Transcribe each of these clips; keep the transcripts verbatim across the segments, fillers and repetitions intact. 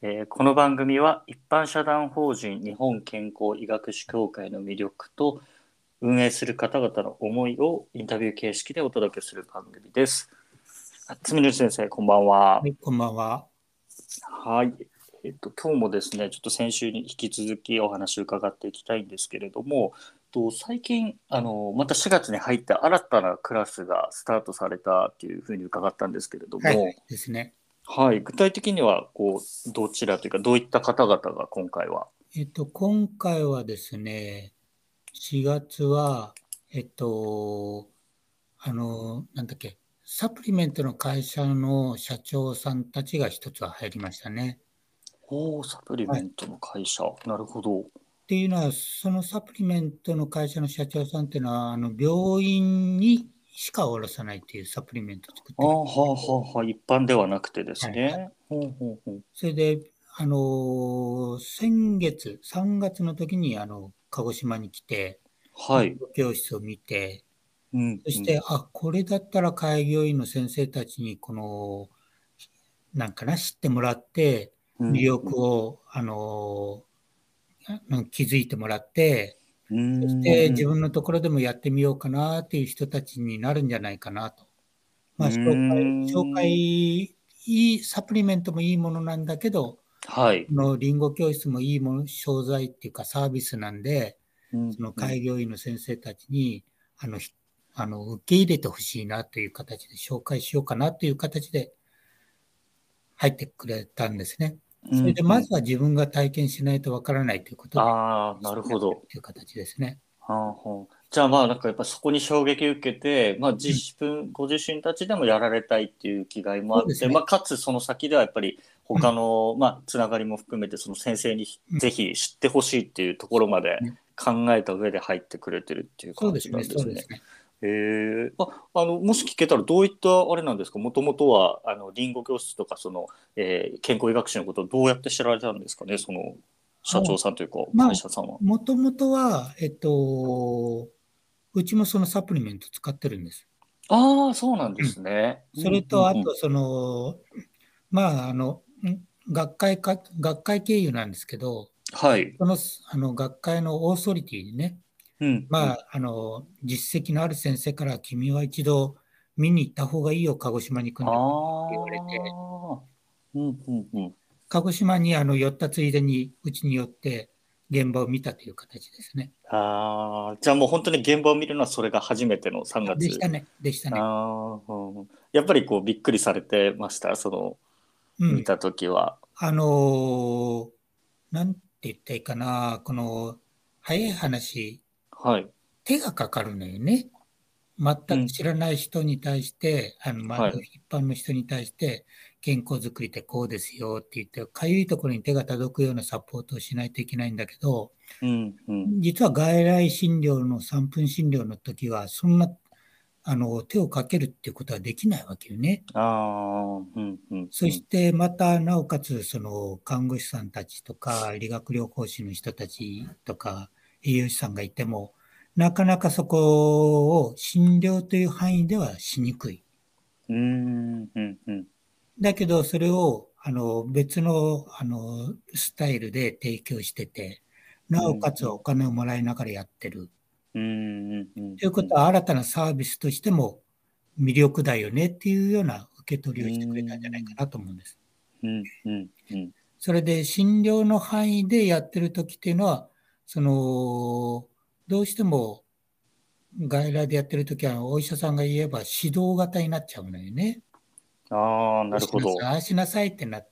えーこの番組は一般社団法人日本健康医学士協会の魅力と運営する方々の思いをインタビュー形式でお届けする番組です。あつみる先生、こんばんは。 はい、こんばんは。 はい。えっと、今日もですね、ちょっと先週に引き続きお話を伺っていきたいんですけれども、と最近、あの、またしがつに入って新たなクラスがスタートされたっていうふうに伺ったんですけれどはい、はも、 いですね。 はい、具体的には、こう、どちらというか、どういった方々が今回は。 えっと、今回はですね、しがつは、えっと、あの、なんだっけ、サプリメントの会社の社長さんたちが一つは入りましたね。 おー、サプリはい。っメントの会社。なるほど。 ていうのは、そのサプリメントの会社の社長さんっていうのは、あの、病院にしか卸さないっていうサプリメントを作ってる。 あーはあはあはあ、一般ではなくてではい、はい。 すね。ほうほうほう。 それで、あの、先月、さんがつの時に、あの、鹿児島に来て、 はい。 教室を見て、 うんうん。 そして、あ、これだったら開業医の先生たちに、この、なんかな、知ってもらって、魅うんうん。 力を、あの、あ気づいてもらって、 うーそして自ん。 分のところでもやってみようかなっていう人たちになるんじゃないかなと。 うまあ、紹介、紹介、 ーん。 いい、サプリメントもいいものなんだけど、 はい。 このリンゴ教室もいいもの、商材っていうかサービスなんで、 うんそのうん。 開業医の先生たちに、あの、ひあの、受け入れてほしいなという形で紹介しようかなという形で入ってくれたんですね。 うそれで、 んうん。 まずは自分が体験しないとわからないということで、 ああ、なるほど。 という形ですね。 はあはあ。じゃあまあなんかやっぱそこに衝撃を受けて、まあうん、 自分、ご自身たちでもやられたいっていう気概もあって、 そうですね。 まあかつその先ではやっぱりうん、 他の、まあつながりも含めてその先生にうん、 ぜひ知ってほしいっていうところまでね。 考えた上で入ってくれてるっていう感じそうですね、 なんですね。 そうですね。 へえ。あ、あの、もし聞けたらどういったあれなんですか？もともとは、あの、リンゴ教室とか、その、えー健康医学士のことをどうやって知られたんですかね？その、社長あ、 さんというか、 まあ、 会社さんは。 もともとは、えっと、うちもそのサプリメント使ってるんです。 ああ、そうなんでうん。 すね。うん、うん、 それと、あうん。 と、その、まあ、あの、ん学会か、学会経由なんですけど、 はい。 その、あの、学会のオーソリティにね、 うん、うん。 まあ、あの、実績のある先生から、君は一度見に行った方がいいよ、鹿児島に行くんあだって言われて、 あ。うん、うん、うん。 鹿児島にあの寄ったついでに、うちに寄って現場を見たという形ですね。 ああ、じゃあもう本当に現場を見るのはそれが初めての3 あ、でし月。 たね、でしたあね。 あ、うん。やっぱりこうびっくりされてました？その、 うん。 見たときは。 あのーなんて言ったらいいかな、この、早い話、 はい。 手がかかるのよね。全うん。 く知らない人に対して、あの、まあ、 はい。 一般の人に対して、健康づくりってこうですよって言って、かゆいところに手が届くようなサポートをしないといけないんだけど、 うん、うん。 実は外来診療のさんぷん診療の時は、そんな、あの、手をかけるっていうことはできないわけよね。 ああ、うん、うん、うん。 そしてまた、なおかつ、その、看護師さんたちとか、理学療法士の人たちとか、栄養士さんがいても、なかなかそこを診療という範囲ではしにくい。 うーん、うん、うん。 だけど、それを、あの、別の、あの、スタイルで提供してて、なおうん、うん。 かつお金をもらいながらやってる。 うん、うん、うん。 ということは、新たなサービスとしても魅力だよねっていうような受け取うーりをしてくれたんじゃないかん、 なと思うんです。 うん、うん、うん。 それで診療の範囲でやってる時っていうのは、その、どうしても外来でやってる時はお医者さんが言えば指導型になっちゃうのよね。 ああ、 こうなるほど。 しなさい、ああしなさいってなって、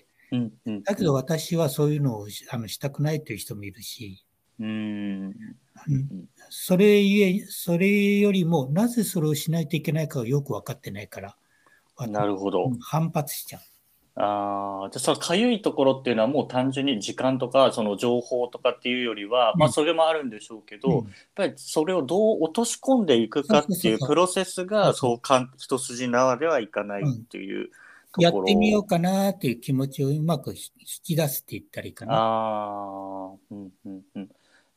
うん、うん、 だけどうん。 私はそういうのをあのしたくないという人もいるし、 うーん、 うん、それゆえ、それよりもなぜそれをしないといけないかがよく分かってないから、わなるほど。 うん反発しちゃう。 ああ、じゃあ、そのかゆいところっていうのはもう単純に時間とか、その情報とかっていうよりは、まあうん、 それもあるんでしょうけど、やっうん。 ぱりそれをどう落とし込んでいくそうかっていうそうそうそう。 プロセスが、 そうそう。 そうかん、一筋縄ではいかないっうん。 ていうとやってみよころ。 うかなっていう気持ちをうまくひ引き出すって言ったらいいかな。 ああ、うんうんうん。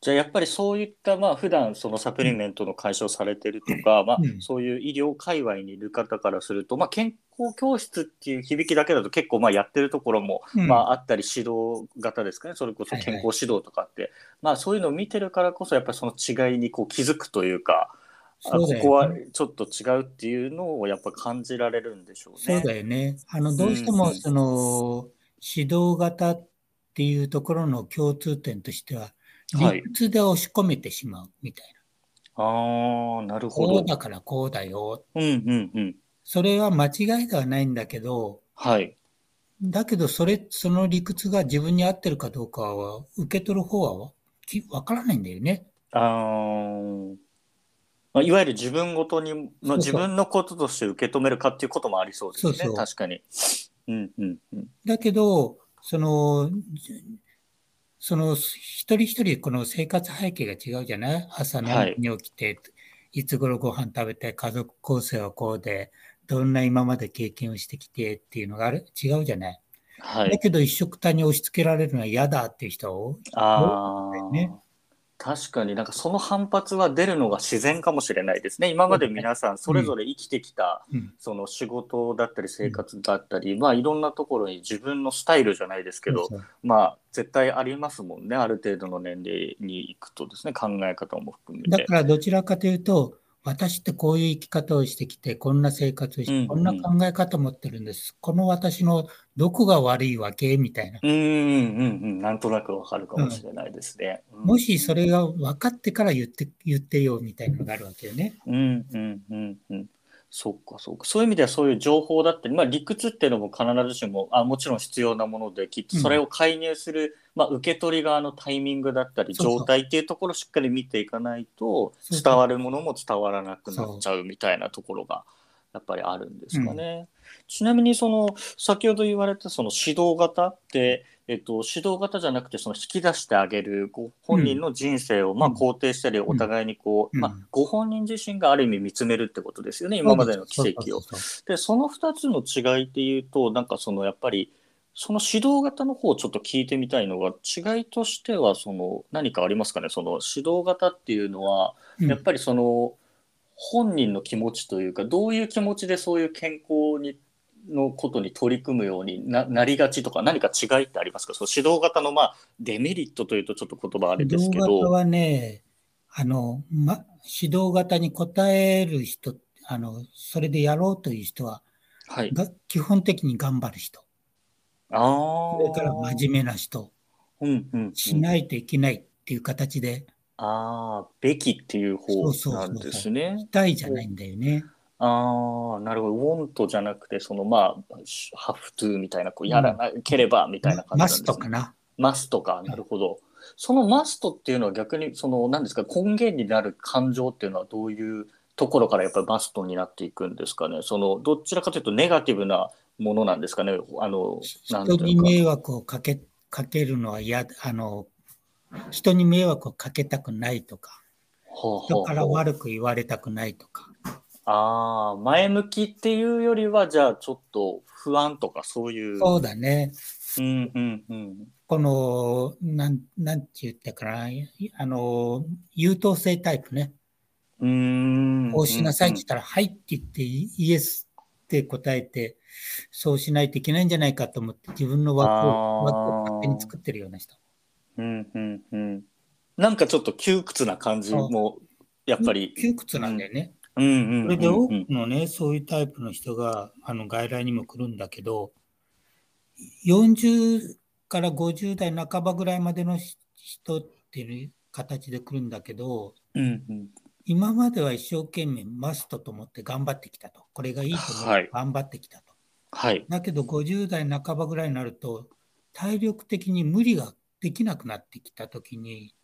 じゃあやっぱりそういったまあ普段そのサプうん、 リメントの解消されてるとか、まあ、 うん、 そういう医療界隈にいる方からすると、まあ、健康教室っていう響きだけだと結構まあやってるところもうん、 まああったり指導型ですかね、それこそ健はいはい。 康指導とかって、まあ、そういうのを見てるからこそやっぱりその違いにこう気づくというか、あそうここはだよね。 ちょっと違うっていうのをやっぱ感じられるんでしょうそうね。 だよね。あの、 うどうしてんうん。 もその指導型っていうところの共通点としては、理はい。 屈で押し込めてしまうみたいな。 ああ、なるほど。 こうだからこうだよ。 うんうんうん。 それは間違いではないんだけど、 はい。 だけどそれ、その理屈が自分に合ってるかどうかは、受け取る方はきわからないんだよね。 ああ。まあ、いわゆる自分ごとにのそうそう。 自分のこととして受け止めるかっていうこともありそうですね。 そうそ確かに。うんうんうん。 う。だけど、その、その一人一人この生活背景が違うじゃない。朝何はい。 時に起きて、いつ頃ご飯食べて、家族構成はこうで、どんな今まで経験をしてきてっていうのがある、違うじゃない。 はい。 だけど一緒くたに押し付けられるのは嫌だっていう人は多い多いんだよね。 ああ、確かになんかその反発は出るのが自然かもしれないですね。今までそうだね。 皆さんそうん、 れぞれ生きてきたうん、 その仕事だったりうん。 生活だったり、まあいろんなところに自分のスタイルじゃないですけど、 そうそう。 まあ絶対ありますもんね。ある程度の年齢に行くとですね、考え方も含めて。 だからどちらかというと、私ってこういう生き方をしてきて、こんな生活をしうて、こんなんうん。 考え方を持ってるんです。この私のどこが悪いわけみたいな。 うんうんうんうん。なんとなくわかるかもしうん。 れないですね。うもんうんしそれが分かってから言って、言ってよみたいなのがあるわけよね。 うんうんうんうん。そっかそっか。そういう意味ではそういう情報だったり、まあ理屈っていうのも必ずしも、あ、もちろん必要なもので、きっとうん。 それを介入する、まあ受け取り側のタイミングだったり、状そうそう。 態っていうところをしっかり見ていかないと、 そうそう。 伝わるものも伝わらなくなっそちゃうみたいなところが、やっぱりあるんでう。うん。 すかね。ちなみにその、先ほど言われたその指導型って、えっと、指導型じゃなくて、その引き出してあげる、ごうん。 本人の人生をまあうん。 肯定したり、おうん。 互いにこう、まあ、 うん。 ご本人自身がある意味見つめるってことですよね、 そうです。 今までのそう奇跡を。 そうそうそう。 で、そのふたつの違いっていうと、なんかそのやっぱり、その指導型の方をちょっと聞いてみたいのが、違いとしては、その何かありますかね、その指導型っていうのは、 うん。 やっぱりその本人の気持ちというか、どういう気持ちでそういう健康にのことに取り組むようにななりがちとか、何か違いってありますか？そう指導型のまあデメリットというとちょっと言葉あれ指ですけど、 導型はね、あの、ま、指導型に応える人、あの、それでやろうという人は、 はい。 が基本的に頑張る人。 あそれからあ、 真面目な人。 うんうんうん。 しないといけないっていう形で、 ああ、べきっていうそうそう方なんでそうそう。 すね。 したいじゃなおいんだよね。 ああ、なるほど。ウォントじゃなくて、そのまあ、ハフトゥーみたいな、こうやらうん。 なければみたいま、 な感マじなんですね。 ストかな。 マストか、 うん。 なるほど。そのマストっていうのは逆に、その、何ですか、根源になる感情っていうのはどういうところからやっぱりマストになっていくんですかね。その、どちらかというとネガティブなものなんですかね。あの、なん人にというか。 迷惑をかけ、かけるのは嫌、あの、人に迷惑をかけたくないとか、 ほう人からほうほう。 悪く言われたくないとか。 ああ、前向きっていうよりは、じゃあちょっと不安とかそういう。 そうだね。 うん、うん、うん。 この、なん、なんて言ったかな。あの、優等生タイプね。 うーん、うん、 こうしなさうん。 いって言ったら、はいって言ってイエスって答えて、そうしないといけないんじゃないかと思って自分のあ枠を、枠を勝手に作っあ、 てるような人。 うん、うん、うん。なんかちょっと窮屈な感じそう。 も、やっぱり、 窮屈うん、 なんだよね。 うん、うん、うん、 それで多うん。 くのね、そういうタイプの人があの外来にも来るんだけど、よんじゅうからごじゅう代半ばぐらいまでの人っていう形で来るんだけど、 うん、うん。 今までは一生懸命マストと思って頑張ってきたと。これがいいと思ってはい、 頑張ってきたと。 はい。 だけどごじゅう代半ばぐらいになると、体力的に無理ができなくなってきたときに、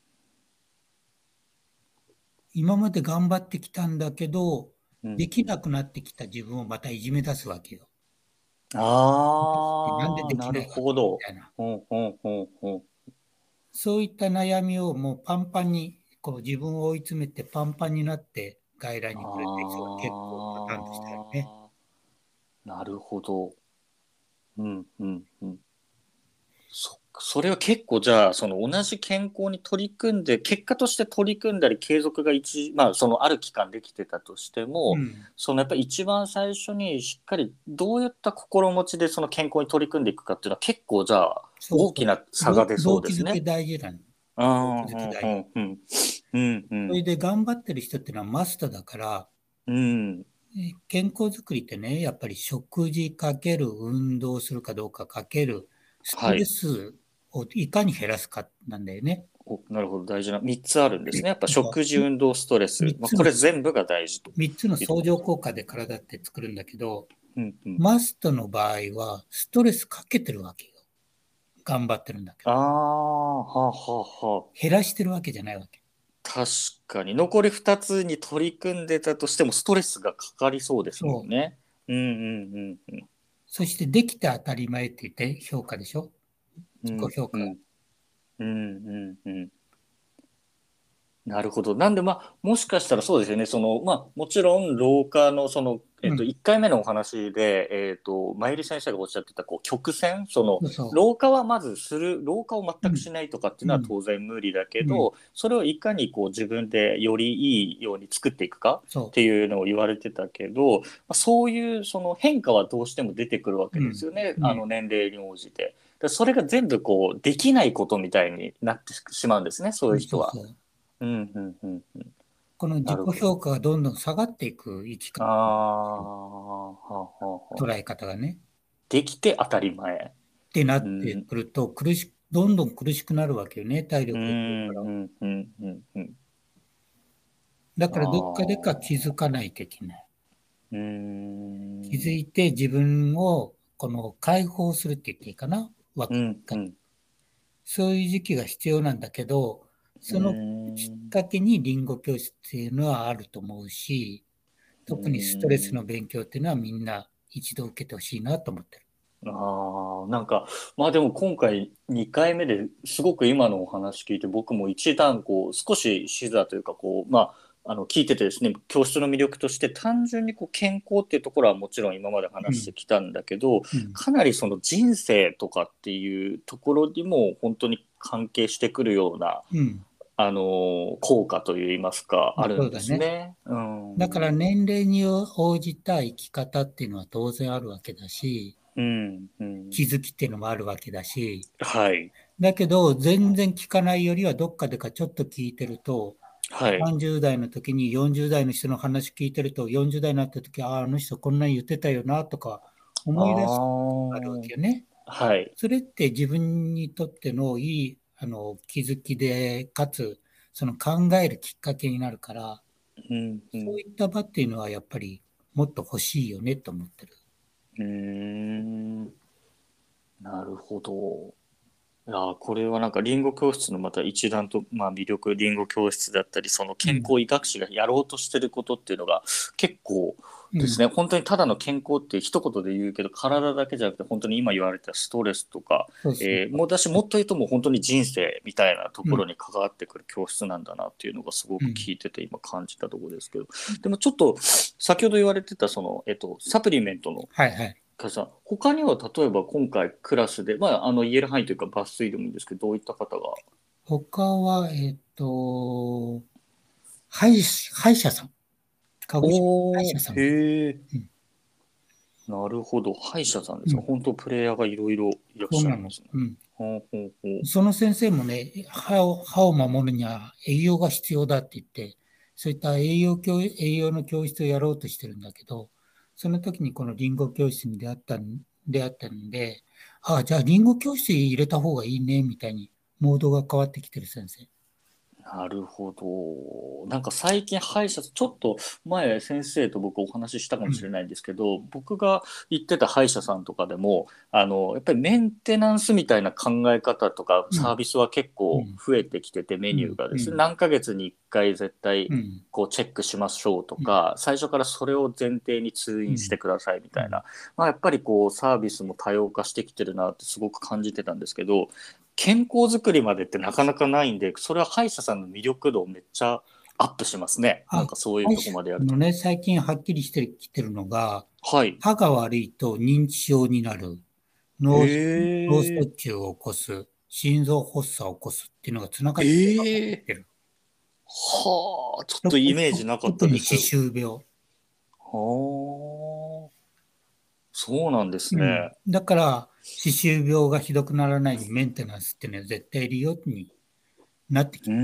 今まで頑張ってきたんだけど、 うん、 できうん。 なくなってきた自分をまたいじめ出すわけよ。でなんでああ、 できなるないわけみほど。 たいな。 ほうほうほうほう。 そういった悩みをもうパンパンに、こう自分を追い詰めてパンパンになって外来に来るっていう人が結構パターンとしてあるね。 ああ、なるほど。うん、うん、うん。そっか、 それは結構じゃあその同じ健康に取り組んで結果として取り組んだり継続が一、まあ、そのある期間できてたとしても、 うん。 そのやっぱり一番最初にしっかりどういった心持ちでその健康に取り組んでいくかっていうのは結構じゃあそうそう。 大きな差が動出そう動機づけですね。 大事なの。 う動機んうんづけ大事。 うんうんうんうんそれで頑張ってる人っていうのはマストだから、 うんえ健康づくりってね、やっぱり食事かける運動するかどうかかけるストレはい。 スをいかに減らすかなんだよね。 お、なるほど、大事なみっつあるんですね。やっぱ食事、 そう運動、ストレス、まあ、 3つの、 これ全部が大事と三つの相乗いうところです。 効果で体って作るんだけど、 うんうん。 マストの場合はストレスかけてるわけよ。頑張ってるんだけど。 ああ、はあはあはあ。 減らしてるわけじゃないわけ。 確かに残りふたつに取り組んでたとしてもストレスがかかりそうですもそう。 んね。うんうんうんそしてできて当たり前って言って評価でしょ。自うん己評価。 うんうんうんうん。なるほど。なんで、まあ、もしかしたらそうですよね。その、まあ、もちろん、老化の、その、えっと、 うん。 いっかいめのお話で、えっと、まゆり先生がおっしゃってた、こう、曲線、その、 そうそ老化はまずする、老化をう。う全くん。 しないとかっていうのはうん。 当然無理だけうん。 ど、それをいかにこう、自分でよりいいように作っていくかっそていうのを言われてたけど、まあ、そういう、その変化はどうしても出てくるわけう。うん。 ですよね。 うん。 あの、年齢に応じて。でそれが全部こう、できないことみたいになってしまうんですね、そういう人は。 そうそう。 うんうんうんうん。 この自己なるほど。 評価がどんどん下がっていく生きあ方、 あ、はあはあはあ。 捉え方がね。 できて当たり前。 ってなってうん、 くると、苦し、どんどん苦しくなるわけよね、体うん、 力が減るから。 うん、うん、うん、うん。 だからどっかでかああ、 気づかないといけない。 うー気づん、 いて自分をこの解放するって言っていいかな。わうん、うん、 そういう時期が必要なんだけど、 うーそのきっん、 かけにリンゴ教室っていうのはあると思うし、 うー特にストレスのん。 勉強っていうのはみんな一度受けてほしいなと思ってる。 ああ、なんか、まあでも今回にかいめですごく今のお話聞いて僕も一段こう少し視座というかこう、まあ、あの聞いててですね、教室の魅力として単純にこう健康っていうところはもちろん今までうん。 話してきたんだけど、 うん。 かなりその人生とかっていうところにも本当に関係してくるような、 うん。 あの、効果といいますか、あるんでそうだね。 すね。うだからん。 年齢に応じた生き方っていうのは当然あるわけだし、 うん、うん。 気づきっていうのもあるわけだし、 はい。 だけど全然聞かないよりはどっかでかちょっと聞いてると、 はい。 さんじゅう代の時によんじゅう代の人の話聞いてると、よんじゅう代になった時、ああ、あの人こんなに言ってたよなとかあ思い出すことがあるわけよね。 あ、はい。 それって自分にとってのいいあの気づきで、かつその考えるきっかけになるから、 うん、うん。 そういった場っていうのはやっぱりもっと欲しいよねと思ってる。 うーん、なるほど。いやー、これはなんかリンゴ教室のまた一段と、まあ、魅力、リンゴ教室だったり、そのうん。 健康医学士がやろうとしてることっていうのが結構うん。 ですね、本当にただの健康って一言で言うけど、体だけじゃなくて、本当に今言われたストレスとか、 そうそうえー、 そもうだし、もっと言うともう本当に人生みたいなとう。うん。 ころに関わってくる教室なんだなっていうのがすごくうん。 聞いてて今感じたところですけど、でもちょっと先ほど言われてたその、えっと、サプリメントのはいはい。 かさん、他には例えば今回クラスで、まあ、あの言える範囲というか抜粋でもいいんですけど、どういった方が。 他は、えっと、歯医歯医者さん。鹿児島の歯医おー、 者さんが。 へえ、 うん。 なるほど。歯医者さんですか。 うん。 本当プレイヤーがいろいろいらっそうなの。 しゃるんですね。 うん。 ほうほうほう。 その先生もね、歯を、歯を守るには栄養が必要だって言って、そういった栄養教、栄養の教室をやろうとしてるんだけど、その時にこのリンゴ教室に出会ったん、出会ったんで、ああ、じゃあリンゴ教室入れた方がいいね、みたいに、モードが変わってきてる先生。 なるほど。なんか最近歯医者、ちょっと前先生と僕お話ししたかうん。 もしれないんですけど、僕が行ってた歯医者さんとかでも、あの、やっぱりメンテナンスみたいな考え方とかうん。 サービスは結構うん。 増えてきてて、メうん。 ニューがですね、 うん。 何ヶ月にいっかい絶対うん。 こうチェックしましょうとうん。 か、最初からそれを前提に通うん。 院してくださいみうん。 たいな、まあ、やっぱりこうサービスも多様化してきてるなってすごく感じてたんですけど、健康づくりまでってなかなかないんで、それは歯医者さんの魅力度めっちゃアップしますね。なんあ、 かそういうとこ歯医者までやると。 のね、最近はっきりしてきてるのが、 はい。 歯が悪いと認知症になる。脳、脳へえ。 卒中を起こす。 心臓発作を起こすっていうのがつながってええ、 る。 はあ、ちょっと特イメージなかったです。 特に歯周病。 はあ、そうなんですうん。 ね。 だから、歯周病がひどくならないようにメンテナンスっていうのは絶対いるようになってきて。 うん。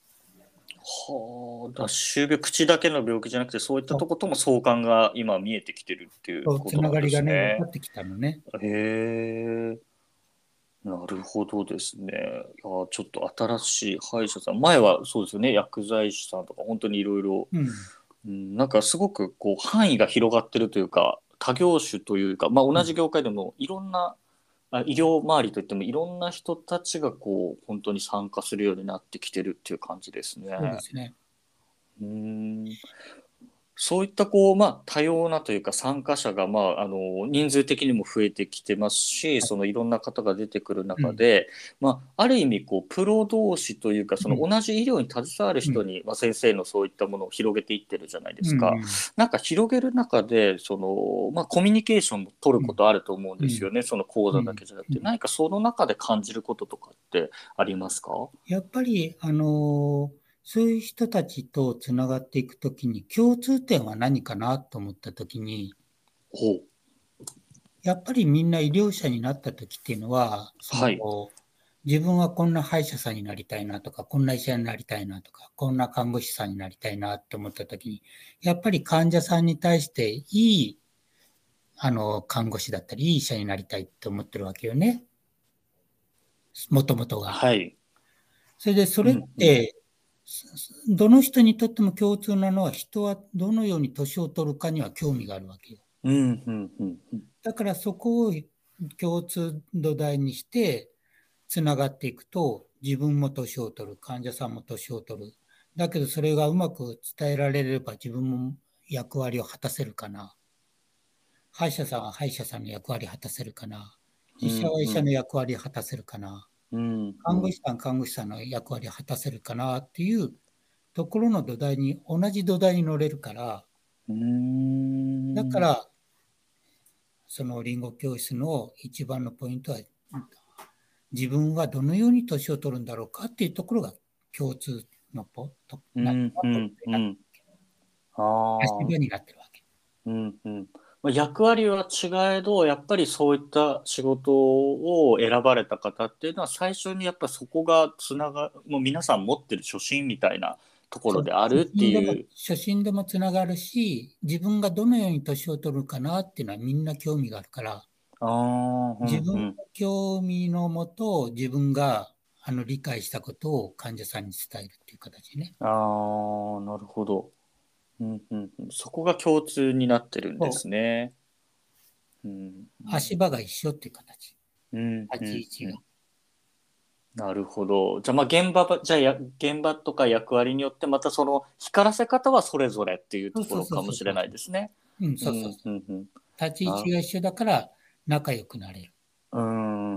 はあ、だ歯周病、口だけの病気じゃなくて、そういったそう、 とことも相関が今見えてきてるっていうそうつなことなんでがりがね、分かすね。 ってきたのね。 へえ、なるほどですね。いや、ちょっと新しい歯医者さん、前はそうですよね、薬剤師さんとか、本当にいろいろ、 うん。 うん、なんかすごくこう範囲が広がってるというか、多業種というか、まあ、 うん。 同じ業界でもいろんな、あ、医療周りといってもいろんな人たちがこう本当に参加するようになってきてるっていう感じですそうでね。 すね。 うーん、そういったこう、まあ、多様なというか参加者が、まあ、あの人数的にも増えてきてますし、 はい。 そのいろんな方が出てくるうん。 中で、まあ、ある意味こうプロ同士というか、そうん。 の同じ医療に携わるうん。 人に、まあ、先生のそういったものを広げていってるじゃないでうん。 すか。 うん。 なんか広げる中でその、まあ、コミュニケーションも取るうん。 ことあると思うんうん。 ですよね、その講座だうん。 けじゃなくて。 うん。 何かその中で感じることとかってありますか？ やっぱり、あのーそういう人たちとつながっていくときに共通点は何かなと思ったときに、 ほう。 やっぱりみんな医療者になったときっていうのは、その、 はい。 自分はこんな歯医者さんになりたいなとか、こんな医者になりたいなとか、こんな看護師さんになりたいなと思ったときに、やっぱり患者さんに対していい、あの、看護師だったり、いい医者になりたいって思ってるわけよね。もともとが。 はい。 それで、それっうんうん。 て、どの人にとっても共通なのは、人はどのように年を取るかには興味があるわけよ。 うんうんうんうん。 だからそこを共通土台にしてつながっていくと、自分も年を取る、患者さんも年を取る。だけどそれがうまく伝えられれば自分も役割を果たせるかな。歯医者さんは歯医者さんの役割を果たせるかな。 う医者は医者のんうん役割を果たせるかな。 うんうん。 看護師さん、看護師さんの役割を果たせるかなっていうところの土台に、同じ土台に乗れるから、 うーん。 だから、そのリンゴ教室の一番のポイントは、自分はどのように年を取るんだろうかっていうところが共通のポとうなんうんうん。ああ、 足場になってるわけ。 うんうん。まあ、役割は違えど、やっぱりそういった仕事を選ばれた方っていうのは、最初にやっぱそこがつながもう皆さん持ってる初心みたいなとこそう、 ろである初心でも、 っていう。 初心でもつながるし、自分がどのように年を取るかなっていうのはみんな興味があるから、 ああ、う自分のんうん。 興味のもと、自分があの理解したことを患者さんに伝えるっていう形ね。 ああ、なるほど。うんうんうん。そこが共通になってるんですそう、 ね。うん足場が一緒っていう形。 うんう立ち位置が。 んうん。なるほど。じゃあ、まあ、現場ば、じゃあや、現場とか役割によって、またその光らせ方はそれぞれっていうところそうそうそうかもしれないそうそう。 ですね。 うん、 うん、 そうそうそう。 うん、うん。 立ち位置な、 が一緒だから仲良くなれる。 うん、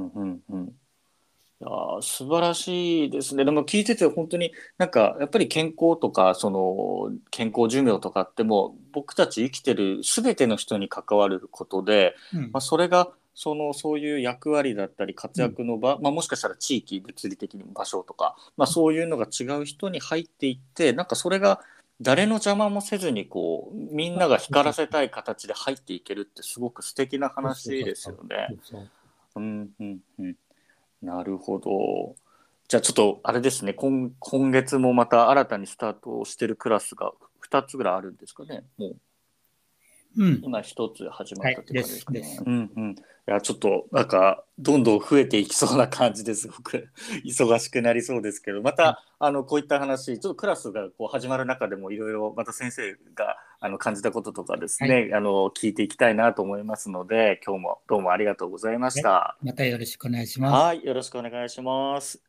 うん、うん。いやー、素晴らしいですね。でも聞いてて本当になんかやっぱり健康とかその健康寿命とかってもう僕たち生きてる全ての人に関わることで、まあ、 うん、 それがそのそういう役割だったり活うん。 躍の場、まあ、もしかしたら地域物理的にも場所とか、まあ、そういうのが違う人に入っていってなんかそれが誰の邪魔もせずにこうみんながそうそう光らせたい形で入っていけるってすごく素敵なそうそう話ですそうそうよね。 そうそう。 うんうんうん、なるほど。じゃあちょっとあれですね、今、今月もまた新たにスタートしてるクラスがふたつぐらいあるんですかね。もううん。 今ひとつ始まはい。 ったっていうです、 感じですかね。 です。 うんうん。いや、ちょっとなんかどんどん増えていきそうな感じです。僕、忙しくなりそうですけど、まはい。 たあのこういった話、ちょっとクラスがこう始まる中でもいろいろまた先生があの感じたこととかですはい。 ね、あの聞いていきたいなと思いますので、今日もどうもありがとうございましはい。 た。 またよろしくお願いします。 はい、よろしくお願いします。